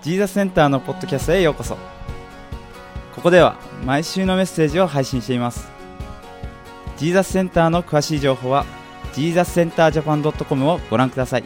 ジーザスセンターのポッドキャストへようこそ。ここでは毎週のメッセージを配信しています。ジーザスセンターの詳しい情報は JesusCenterJapan.com をご覧ください。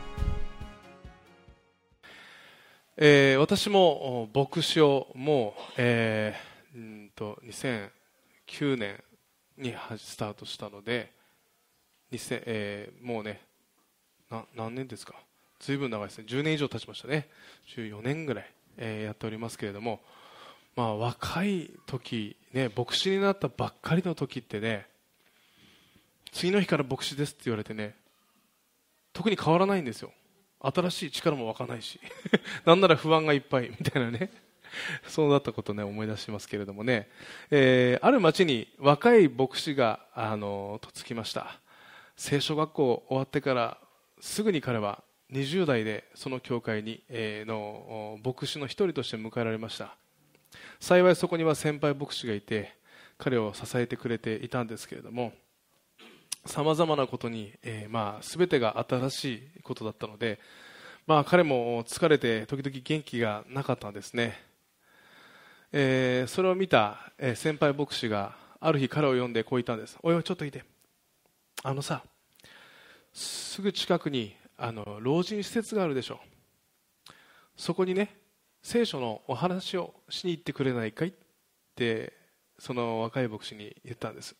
私も牧師をもう、2009年にスタートしたので、もうね何年ですか、ずいぶん長いですね。10年以上経ちましたね。14年ぐらい、やっておりますけれども、若い時ね、牧師になったばっかりの時ってね、次の日から牧師ですって言われてね、特に変わらないんですよ。新しい力も湧かないしなんなら不安がいっぱいみたいなねそうだったことをね思い出しますけれどもね、ある町に若い牧師が嫁ぎました。聖書学校終わってからすぐに彼は20代でその教会に、の牧師の一人として迎えられました。幸いそこには先輩牧師がいて彼を支えてくれていたんですけれども、さまざまなことに、全てが新しいことだったので、彼も疲れて時々元気がなかったんですね。それを見た、先輩牧師がある日彼を呼んでこう言ったんです。おいおい、ちょっといて、さ、すぐ近くに老人施設があるでしょ。そこにね、聖書のお話をしに行ってくれないかいってその若い牧師に言ったんです。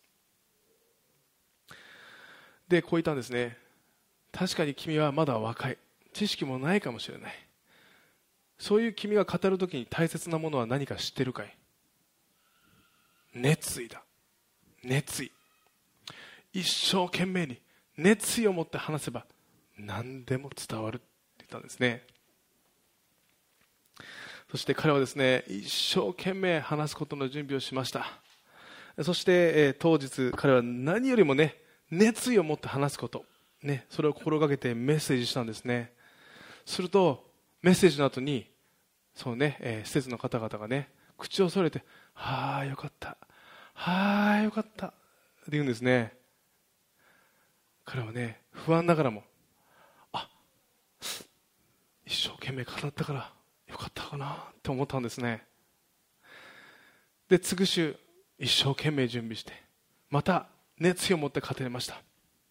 でこう言ったんですね。確かに君はまだ若い、知識もないかもしれない。そういう君が語るときに大切なものは何か知ってるかい？熱意だ。熱意。一生懸命に熱意を持って話せば何でも伝わるって言ったんですね。そして彼はですね、一生懸命話すことの準備をしました。そして、当日彼は何よりもね、熱意を持って話すこと、ね、それを心がけてメッセージしたんですね。するとメッセージの後にそうね、施設の方々がね、口を揃えて、はあよかった、はあよかったって言うんですね。彼はね、不安ながらも、一生懸命語ったからよかったかなって思ったんですね。で次週一生懸命準備してまた熱意を持って語りました。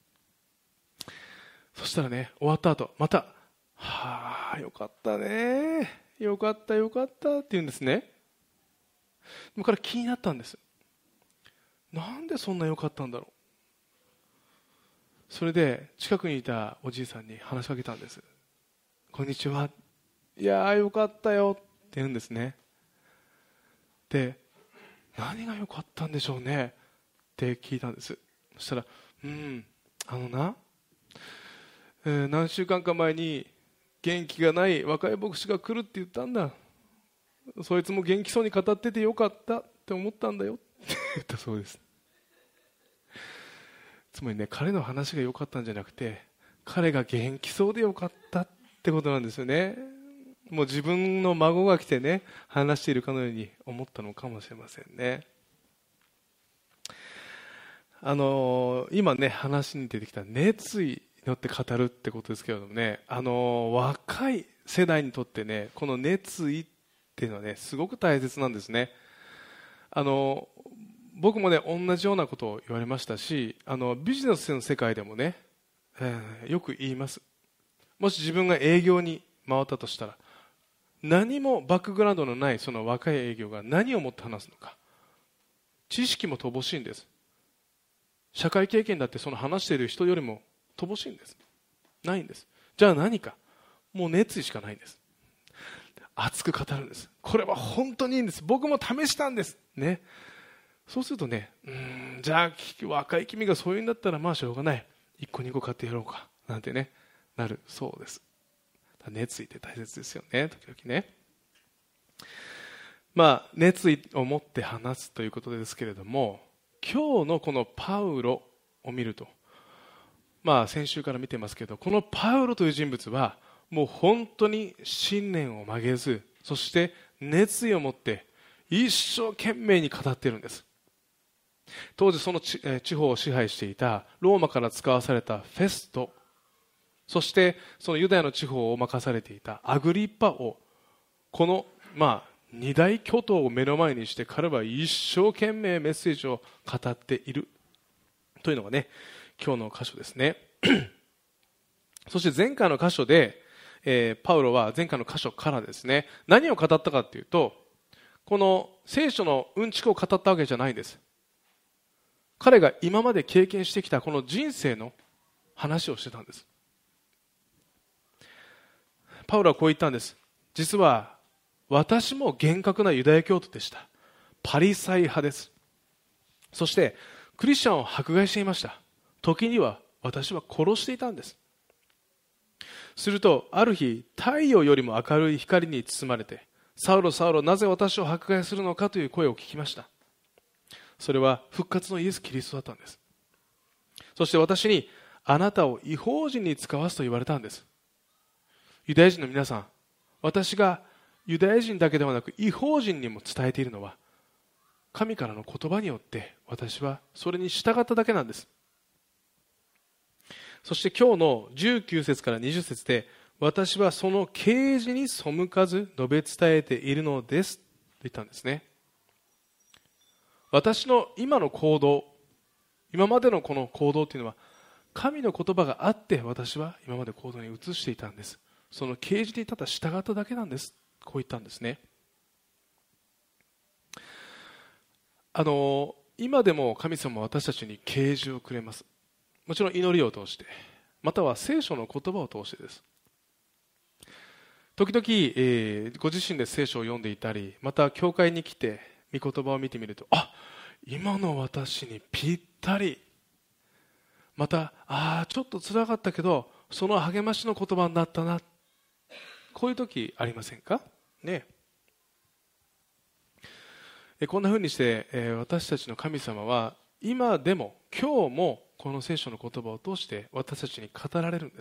そしたらね、終わった後また、はあよかったね、よかったよかったって言うんですね。でも彼気になったんです。なんでそんなよかったんだろう。それで近くにいたおじいさんに話しかけたんです。こんにちは、いやーよかったよって言うんですね。で何がよかったんでしょうねって聞いたんです。そしたら、何週間か前に元気がない若い牧師が来るって言ったんだ。そいつも元気そうに語っててよかったって思ったんだよって言ったそうです。つまりね、彼の話が良かったんじゃなくて、彼が元気そうでよかったってことなんですよね。もう自分の孫が来てね、話しているかのように思ったのかもしれませんね。今ね、話に出てきた熱意によって語るってことですけれどもね、若い世代にとってね、この熱意っていうのはね、すごく大切なんですね。僕もね、同じようなことを言われましたし、ビジネスの世界でもね、よく言います。もし自分が営業に回ったとしたら、何もバックグラウンドのないその若い営業が何をもって話すのか。知識も乏しいんです。社会経験だってその話している人よりも乏しいんです。ないんです。じゃあ何か。もう熱意しかないんです。熱く語るんです。これは本当にいいんです。僕も試したんですね。そうするとね、じゃあ若い君がそういうんだったらまあしょうがない、1個2個買ってやろうかなんてね、なるそうです。熱意って大切ですよね、時々ね。熱意を持って話すということですけれども、今日のこのパウロを見ると、先週から見てますけど、このパウロという人物はもう本当に信念を曲げず、そして熱意を持って一生懸命に語っているんです。当時その地方を支配していたローマから使わされたフェスト、そしてそのユダヤの地方を任されていたアグリッパ王、 この二大巨頭を目の前にして彼は一生懸命メッセージを語っているというのがね、今日の箇所ですね。そして前回の箇所で、パウロは前回の箇所からですね、何を語ったかというと、この聖書のうんちくを語ったわけじゃないんです。彼が今まで経験してきたこの人生の話をしてたんです。パウロはこう言ったんです。実は私も厳格なユダヤ教徒でした。パリサイ派です。そしてクリスチャンを迫害していました。時には私は殺していたんです。するとある日、太陽よりも明るい光に包まれて、サウロサウロ、なぜ私を迫害するのかという声を聞きました。それは復活のイエス・キリストだったんです。そして私に、あなたを異邦人に使わすと言われたんです。ユダヤ人の皆さん、私がユダヤ人だけではなく異邦人にも伝えているのは、神からの言葉によって私はそれに従っただけなんです。そして今日の19節から20節で、私はその啓示に背かず述べ伝えているのですと言ったんですね。私の今の行動、今までのこの行動というのは、神の言葉があって私は今まで行動に移していたんです。その啓示にただ従っただけなんです。こう言ったんですね。今でも神様は私たちに啓示をくれます。もちろん祈りを通して、または聖書の言葉を通してです。時々、ご自身で聖書を読んでいたり、また教会に来て御言葉を見てみると、今の私にぴったり、またちょっと辛かったけどその励ましの言葉になったな、こういう時ありませんかね。こんなふうにして、私たちの神様は今でも今日もこの聖書の言葉を通して私たちに語られるんです。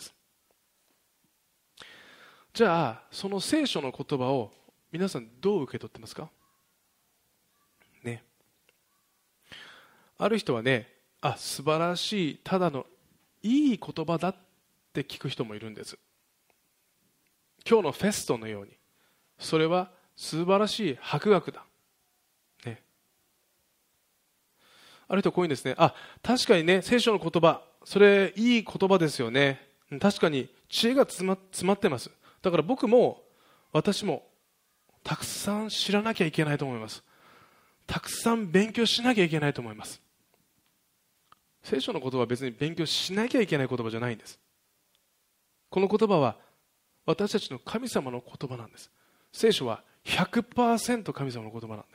じゃあその聖書の言葉を皆さんどう受け取ってますかね。ある人はね、素晴らしい、ただのいい言葉だって聞く人もいるんです。今日のフェストのように、それは素晴らしい博学だ、ね。ある人はこういうんですね。確かにね、聖書の言葉、それいい言葉ですよね。確かに知恵が詰まってます。だから私もたくさん知らなきゃいけないと思います。たくさん勉強しなきゃいけないと思います。聖書の言葉は別に勉強しなきゃいけない言葉じゃないんです。この言葉は私たちの神様の言葉なんです。聖書は 100% 神様の言葉なんです。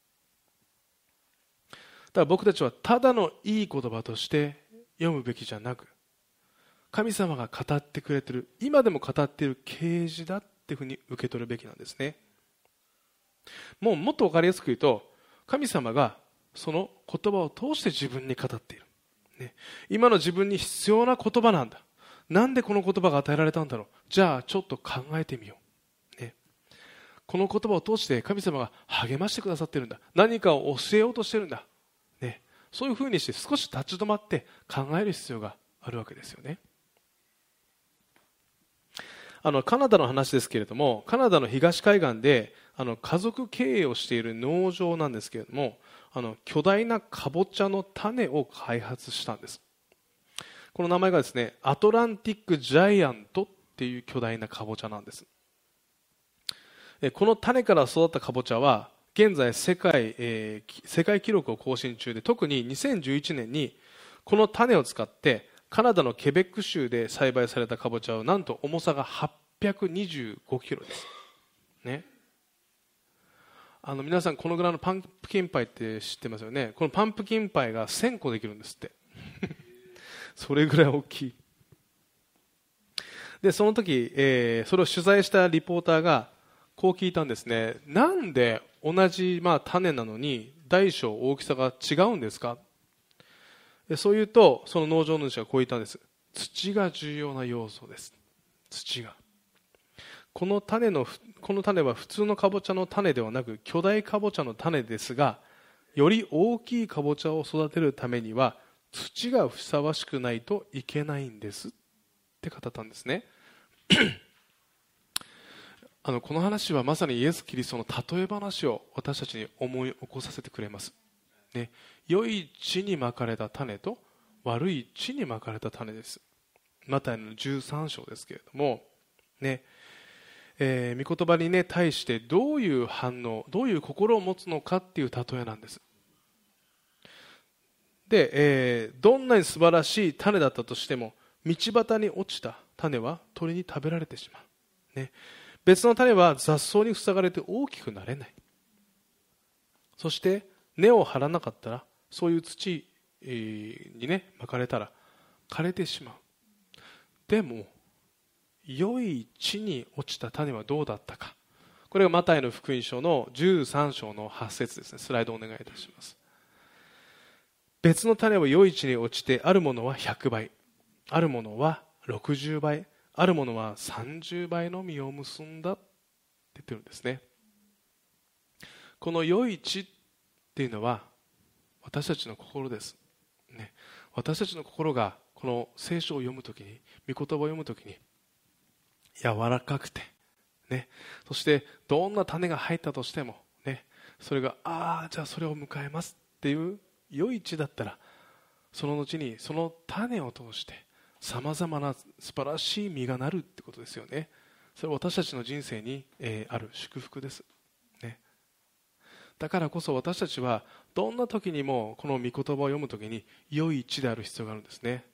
だから僕たちはただのいい言葉として読むべきじゃなく、神様が語ってくれている、今でも語っている啓示だっていうふうに受け取るべきなんですね。もっと分かりやすく言うと、神様がその言葉を通して自分に語っている、ね、今の自分に必要な言葉なんだ。なんでこの言葉が与えられたんだろう。じゃあちょっと考えてみよう、ね、この言葉を通して神様が励ましてくださっているんだ。何かを教えようとしているんだ、ね、そういうふうにして少し立ち止まって考える必要があるわけですよね。カナダの話ですけれども、カナダの東海岸で家族経営をしている農場なんですけれども、巨大なかぼちゃの種を開発したんです。この名前がですね、アトランティックジャイアントっていう巨大なかぼちゃなんです。この種から育ったかぼちゃは現在世界記録を更新中で、特に2011年にこの種を使ってカナダのケベック州で栽培されたかぼちゃはなんと重さが825キロです、ね。皆さんこのぐらいのパンプキンパイって知ってますよね。このパンプキンパイが1000個できるんですってそれぐらい大きい。でその時、それを取材したリポーターがこう聞いたんですね。なんで同じ、種なのに大小大きさが違うんですか。そう言うとその農場主がこう言ったんです。土が重要な要素です。土が。この種は普通のかぼちゃの種ではなく巨大かぼちゃの種ですが、より大きいかぼちゃを育てるためには土がふさわしくないといけないんですって語ったんですねこの話はまさにイエス・キリストの例え話を私たちに思い起こさせてくれます、ね、良い地にまかれた種と悪い地にまかれた種です。マタイの13章ですけれども、ね御言葉に、ね、対してどういう反応、どういう心を持つのかっていう例えなんです。で、どんなに素晴らしい種だったとしても、道端に落ちた種は鳥に食べられてしまう、ね、別の種は雑草に塞がれて大きくなれない。そして根を張らなかったら、そういう土にね巻かれたら枯れてしまう。でも良い地に落ちた種はどうだったか。これがマタイの福音書の13章の8節ですね。スライドお願いいたします。別の種は良い地に落ちて、あるものは100倍、あるものは60倍、あるものは30倍の実を結んだって言ってるんですね。この良い地っていうのは私たちの心です、ね、私たちの心がこの聖書を読むときに、御言葉を読むときに柔らかくて、ね、そしてどんな種が入ったとしても、ね、それがじゃあそれを迎えますっていう良い地だったら、その後にその種を通してさまざまな素晴らしい実がなるってことですよね。それは私たちの人生に、ある祝福です、ね、だからこそ私たちはどんな時にもこの御言葉を読む時に良い地である必要があるんですね。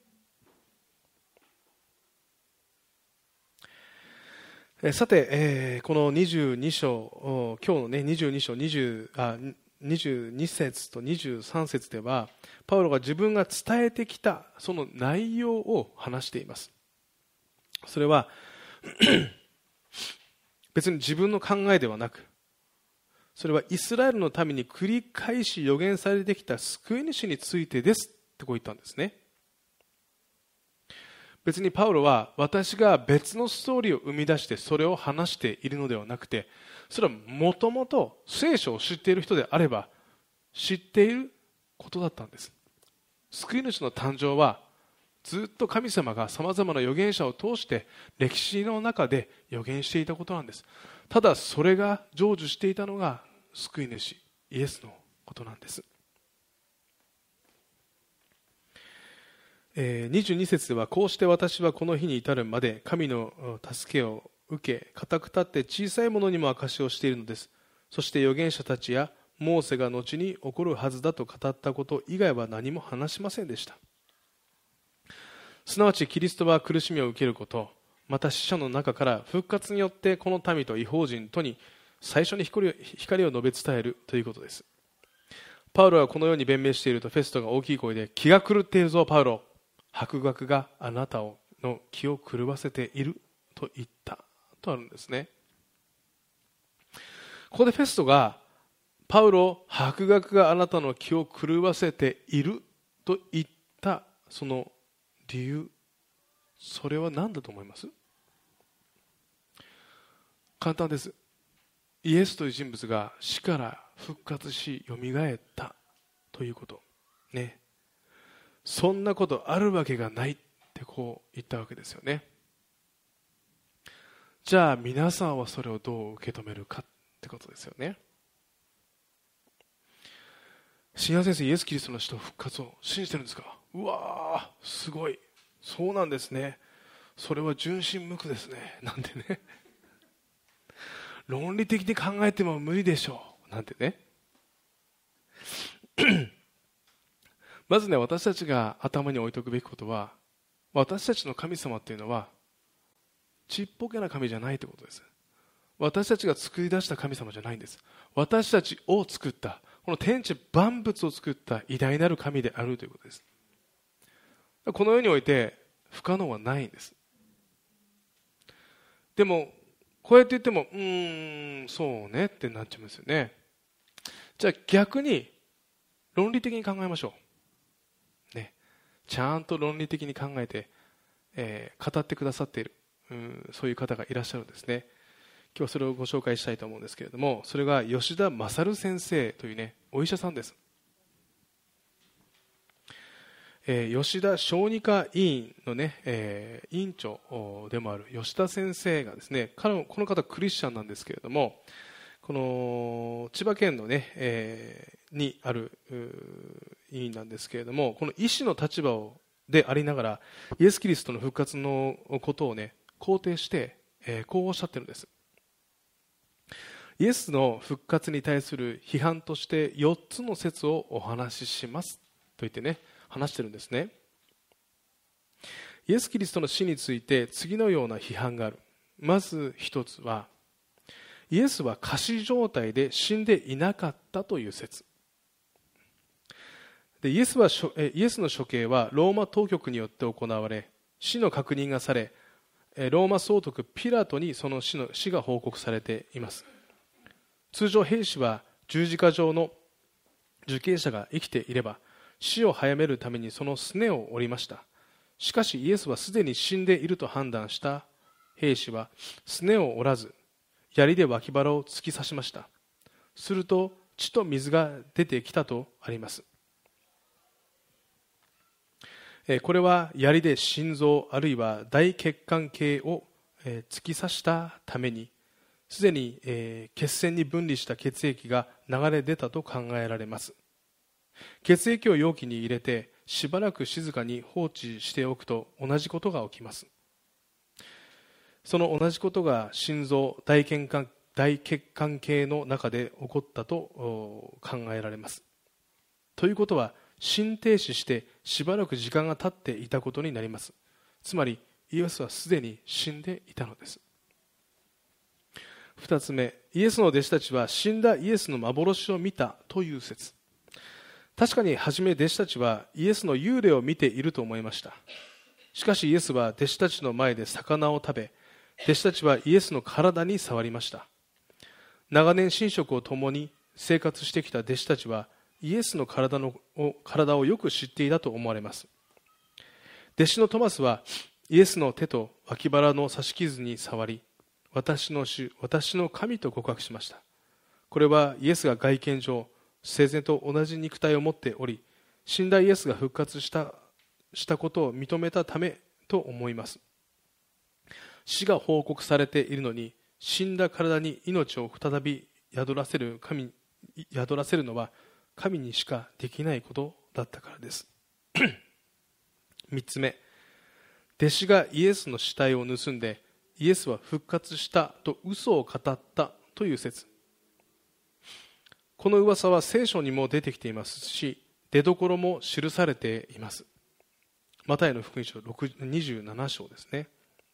さて、この22章、今日のね22章22節と23節では、パウロが自分が伝えてきたその内容を話しています。それは別に自分の考えではなく、それはイスラエルのために繰り返し予言されてきた救い主についてですってこう言ったんですね。別にパウロは私が別のストーリーを生み出してそれを話しているのではなくて、それはもともと聖書を知っている人であれば知っていることだったんです。救い主の誕生はずっと神様がさまざまな預言者を通して歴史の中で預言していたことなんです。ただそれが成就していたのが救い主イエスのことなんです。22節では、こうして私はこの日に至るまで神の助けを受け、固く立って小さいものにも証しをしているのです。そして預言者たちやモーセが後に起こるはずだと語ったこと以外は何も話しませんでした。すなわちキリストは苦しみを受けること、また死者の中から復活によってこの民と異邦人とに最初に光を述べ伝えるということです。パウロはこのように弁明していると、フェストが大きい声で、気が狂っているぞパウロ、博学があなたの気を狂わせていると言ったとあるんですね。ここでフェストがパウロ、博学があなたの気を狂わせていると言ったその理由、それは何だと思います？簡単です。イエスという人物が死から復活しよみがえったということね。そんなことあるわけがないってこう言ったわけですよね。じゃあ皆さんはそれをどう受け止めるかってことですよね。信也先生、イエス・キリストの死と復活を信じてるんですか？うわー、すごい、そうなんですね、それは純真無垢ですね、なんてね論理的に考えても無理でしょうなんてねまずね、私たちが頭に置いておくべきことは、私たちの神様っていうのはちっぽけな神じゃないということです。私たちが作り出した神様じゃないんです。私たちを作った、この天地万物を作った偉大なる神であるということです。この世において不可能はないんです。でもこうやって言ってもそうねってなっちゃいますよね。じゃあ逆に論理的に考えましょう、ね、ちゃんと論理的に考えて、語ってくださっているそういう方がいらっしゃるんですね。今日はそれをご紹介したいと思うんですけれども、それが吉田勝先生というね、お医者さんです。 吉田小児科医院のね、委員長でもある吉田先生がですね、この方クリスチャンなんですけれども、この千葉県のね、にある委員なんですけれども、この医師の立場でありながらイエス・キリストの復活のことをね肯定して、こうおっしゃってるんです。イエスの復活に対する批判として4つの説をお話ししますと言ってね話してるんですね。イエス・キリストの死について次のような批判がある。まず一つは、イエスは仮死状態で死んでいなかったという説で、イエスの処刑はローマ当局によって行われ、死の確認がされ、ローマ総督ピラトにその死が報告されています。通常兵士は十字架上の受刑者が生きていれば死を早めるためにそのすねを折りました。しかしイエスはすでに死んでいると判断した兵士はすねを折らず槍で脇腹を突き刺しました。すると血と水が出てきたとあります。これは槍で心臓あるいは大血管系を突き刺したためにすでに血栓に分離した血液が流れ出たと考えられます。血液を容器に入れてしばらく静かに放置しておくと同じことが起きます。その同じことが心臓大血管系の中で起こったと考えられます。ということは心停止してしばらく時間が経っていたことになります。つまりイエスはすでに死んでいたのです。2つ目、イエスの弟子たちは死んだイエスの幻を見たという説。確かに初め弟子たちはイエスの幽霊を見ていると思いました。しかしイエスは弟子たちの前で魚を食べ、弟子たちはイエスの体に触りました。長年寝食を共に生活してきた弟子たちはイエスの体をよく知っていたと思われます。弟子のトマスはイエスの手と脇腹の刺し傷に触り、私の主、私の神と告白しました。これはイエスが外見上生前と同じ肉体を持っており、死んだイエスが復活したことを認めたためと思います。死が報告されているのに、死んだ体に命を再び宿らせるのは神にしかできないことだったからです。3つ目、弟子がイエスの死体を盗んでイエスは復活したと嘘を語ったという説。この噂は聖書にも出てきていますし、出どころも記されています。マタイの福音書27章ですね。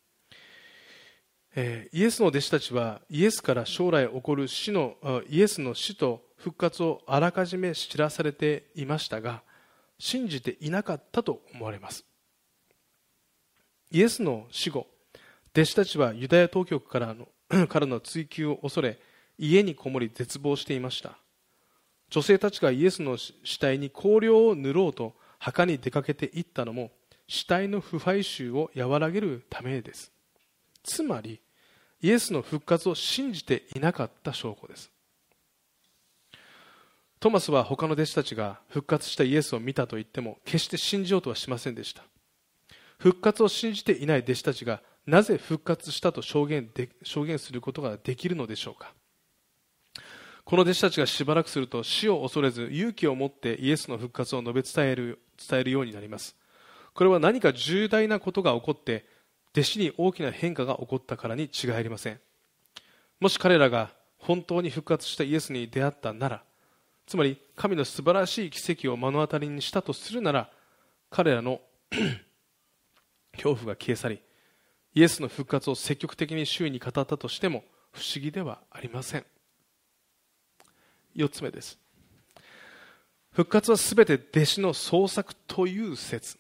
イエスの弟子たちはイエスから将来起こるイエスの死と復活をあらかじめ知らされていましたが、信じていなかったと思われます。イエスの死後、弟子たちはユダヤ当局からの追及を恐れ、家にこもり絶望していました。女性たちがイエスの死体に香料を塗ろうと墓に出かけていったのも、死体の腐敗臭を和らげるためです。つまりイエスの復活を信じていなかった証拠です。トマスは他の弟子たちが復活したイエスを見たと言っても決して信じようとはしませんでした。復活を信じていない弟子たちがなぜ復活したと証言することができるのでしょうか。この弟子たちがしばらくすると死を恐れず勇気を持ってイエスの復活を述べ伝えるようになります。これは何か重大なことが起こって弟子に大きな変化が起こったからに違いありません。もし彼らが本当に復活したイエスに出会ったなら、つまり神の素晴らしい奇跡を目の当たりにしたとするなら、彼らの恐怖が消え去り、イエスの復活を積極的に周囲に語ったとしても不思議ではありません。4つ目です。復活はすべて弟子の創作という説。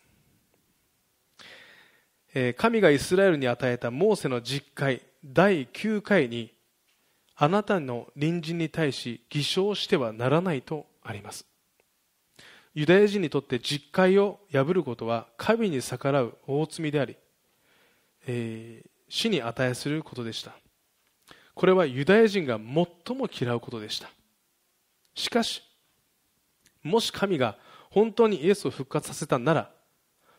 神がイスラエルに与えたモーセの十戒第9回に、あなたの隣人に対し偽証してはならないとあります。ユダヤ人にとって十戒を破ることは神に逆らう大罪であり、死に値することでした。これはユダヤ人が最も嫌うことでした。しかし、もし神が本当にイエスを復活させたなら、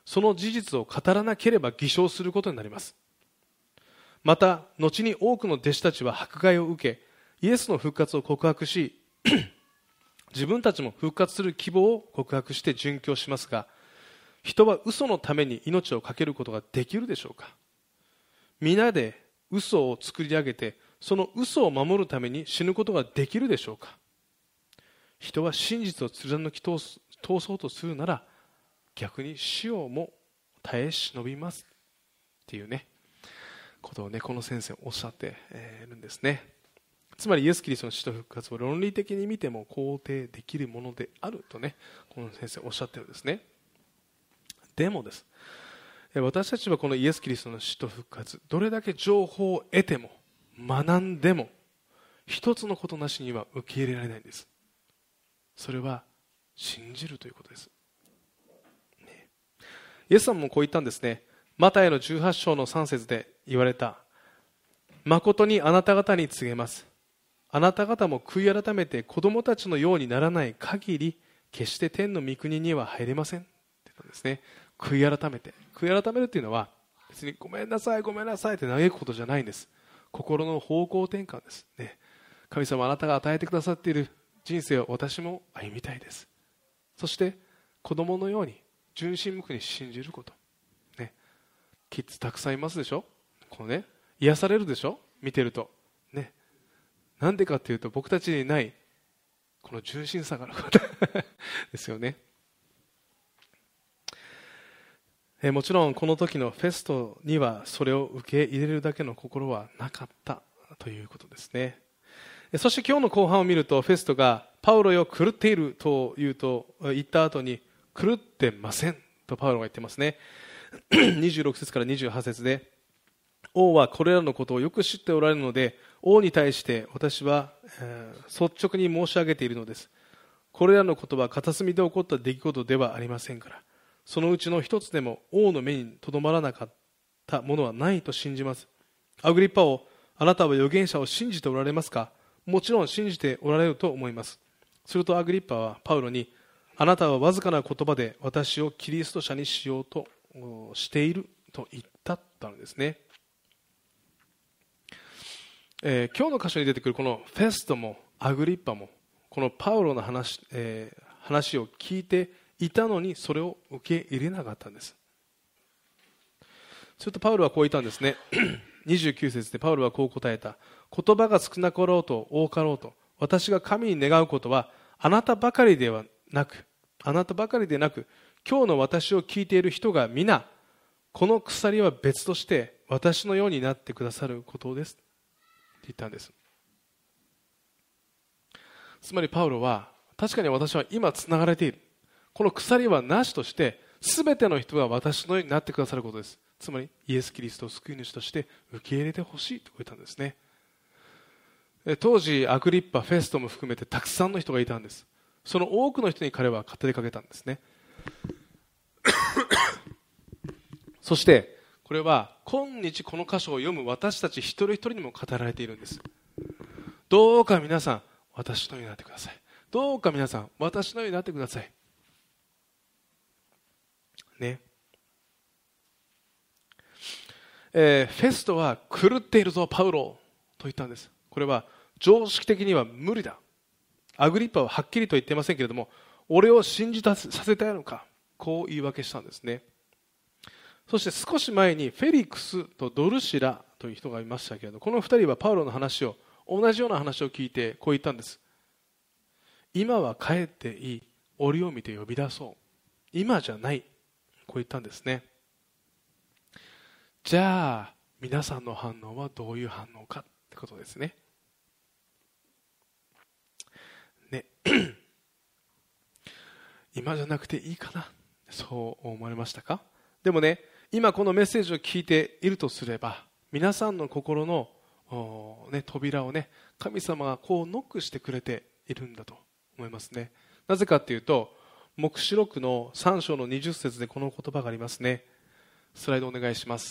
その事実を語らなければ偽証することになります。また後に多くの弟子たちは迫害を受け、イエスの復活を告白し自分たちも復活する希望を告白して殉教しますが、人は嘘のために命を懸けることができるでしょうか。皆で嘘を作り上げて、その嘘を守るために死ぬことができるでしょうか。人は真実を貫き通そうとするなら、逆に死をも耐え忍びますっていうね、ことをね、この先生おっしゃっているんですね。つまりイエス・キリストの死と復活を論理的に見ても肯定できるものであるとね、この先生おっしゃってるんですね。でもです、私たちはこのイエス・キリストの死と復活、どれだけ情報を得ても学んでも一つのことなしには受け入れられないんです。それは信じるということです、ね、イエスさんもこう言ったんですね。マタイの18章の3節で言われた、誠にあなた方に告げます、あなた方も悔い改めて子供たちのようにならない限り決して天の御国には入れませんって言ったんですね。悔い改めて、悔い改めるというのは別にごめんなさいごめんなさいって嘆くことじゃないんです。心の方向転換です、ね、神様、あなたが与えてくださっている人生を私も歩みたいです。そして子供のように純真無垢に信じること、ね、キッズたくさんいますでしょ。こう、ね、癒されるでしょ、見てると、ね、なんでかっていうと僕たちにないこの純真さがあることですよね。もちろんこの時のフェストにはそれを受け入れるだけの心はなかったということですね。そして今日の後半を見ると、フェストがパウロよ狂っていると言った後に、狂ってませんとパウロが言ってますね。26節から28節で、王はこれらのことをよく知っておられるので、王に対して私は、率直に申し上げているのです。これらのことは片隅で起こった出来事ではありませんから、そのうちの一つでも王の目にとどまらなかったものはないと信じます。アグリッパ王、あなたは預言者を信じておられますか。もちろん信じておられると思います。するとアグリッパはパウロに、あなたはわずかな言葉で私をキリスト者にしようとしていると言ったとあるんですね。今日の箇所に出てくるこのフェストもアグリッパもこのパウロの話を聞いていたのに、それを受け入れなかったんです。するとパウロはこう言ったんですね。29節でパウロはこう答えた。言葉が少なかろうと多かろうと、私が神に願うことはあなたばかりでなく、今日の私を聞いている人が皆、この鎖は別として私のようになってくださることですって言ったんです。つまりパウロは、確かに私は今つながれている、この鎖はなしとして全ての人が私のようになってくださることです。つまりイエス・キリストを救い主として受け入れてほしいと言ったんですね。当時アグリッパ、フェストも含めてたくさんの人がいたんです。その多くの人に彼は語りかけたんですね。そしてこれは今日この箇所を読む私たち一人一人にも語られているんです。どうか皆さん私のようになってください。どうか皆さん私のようになってくださいね。フェストは狂っているぞパウロと言ったんです。これは常識的には無理だ。アグリッパははっきりと言っていませんけれども、俺を信じさせたいのか、こう言い訳したんですね。そして少し前にフェリクスとドルシラという人がいましたけれど、この2人はパウロの話を、同じような話を聞いてこう言ったんです。今は帰っていい、折を見て呼び出そう、今じゃない、こう言ったんですね。じゃあ皆さんの反応はどういう反応かってことですね。今じゃなくていいかな、そう思われましたか。でもね、今このメッセージを聞いているとすれば、皆さんの心の、扉をね、神様がこうノックしてくれているんだと思いますね。なぜかっていうと、黙示録の3章の20節でこの言葉がありますね。スライドお願いします。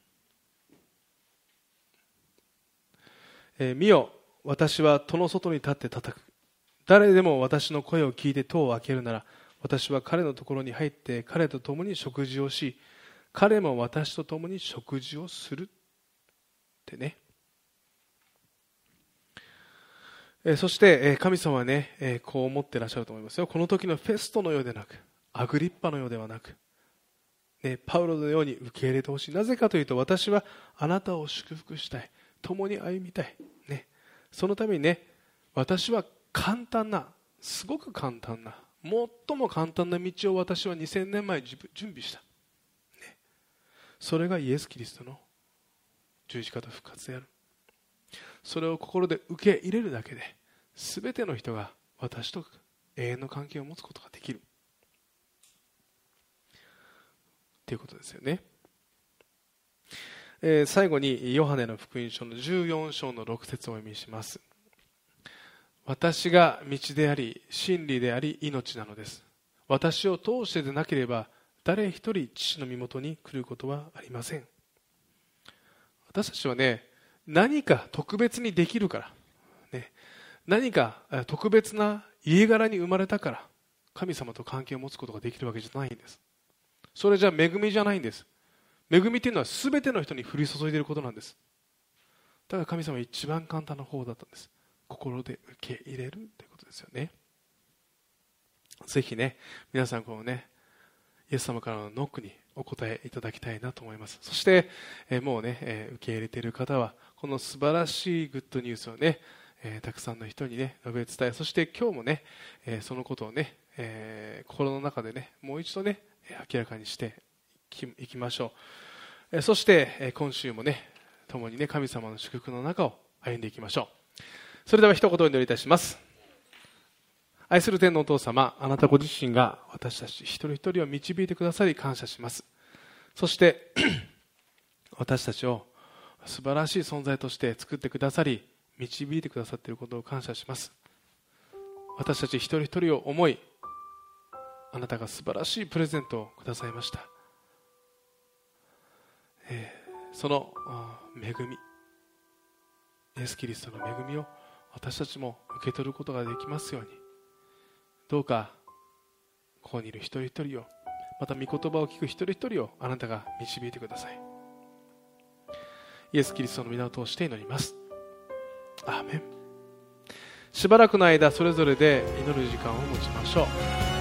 見よ、私は戸の外に立って叩く。誰でも私の声を聞いて戸を開けるなら、 私は彼のところに入って彼と共に食事をし、彼も私と共に食事をするってね。そして神様はね、こう思っていらっしゃると思いますよ。この時のフェストのようでなく、アグリッパのようではなく、パウロのように受け入れてほしい。なぜかというと、私はあなたを祝福したい、共に歩みたい、そのためにね、私は簡単な、すごく簡単な、最も簡単な道を私は2000年前に準備した、それがイエス・キリストの十字架と復活である。それを心で受け入れるだけで、全ての人が私と永遠の関係を持つことができるということですよね。最後にヨハネの福音書の14章の6節をお読みします。私が道であり真理であり命なのです。私を通してでなければ誰一人父の身元に来ることはありません。私たちはね、何か特別にできるから、何か特別な家柄に生まれたから神様と関係を持つことができるわけじゃないんです。それじゃ恵みじゃないんです。恵みというのは全ての人に降り注いでいることなんです。だから神様は一番簡単な方だったんです。心で受け入れるということですよね。ぜひね、皆さんこのね、イエス様からのノックにお答えいただきたいなと思います。そして、もうね、受け入れている方はこの素晴らしいグッドニュースをね、たくさんの人にね述べ伝え、そして今日もね、そのことをね、心の中でねもう一度ね明らかにしていきましょう。そして、今週もね共にね神様の祝福の中を歩んでいきましょう。それでは一言お祈りいたします。愛する天のお父様、あなたご自身が私たち一人一人を導いてくださり感謝します。そして私たちを素晴らしい存在として作ってくださり導いてくださっていることを感謝します。私たち一人一人を思い、あなたが素晴らしいプレゼントをくださいました。その恵み、イエス・キリストの恵みを私たちも受け取ることができますように、どうかここにいる一人一人を、また御言葉を聞く一人一人をあなたが導いてください。イエス・キリストの皆を通して祈ります。アーメン。しばらくの間それぞれで祈る時間を持ちましょう。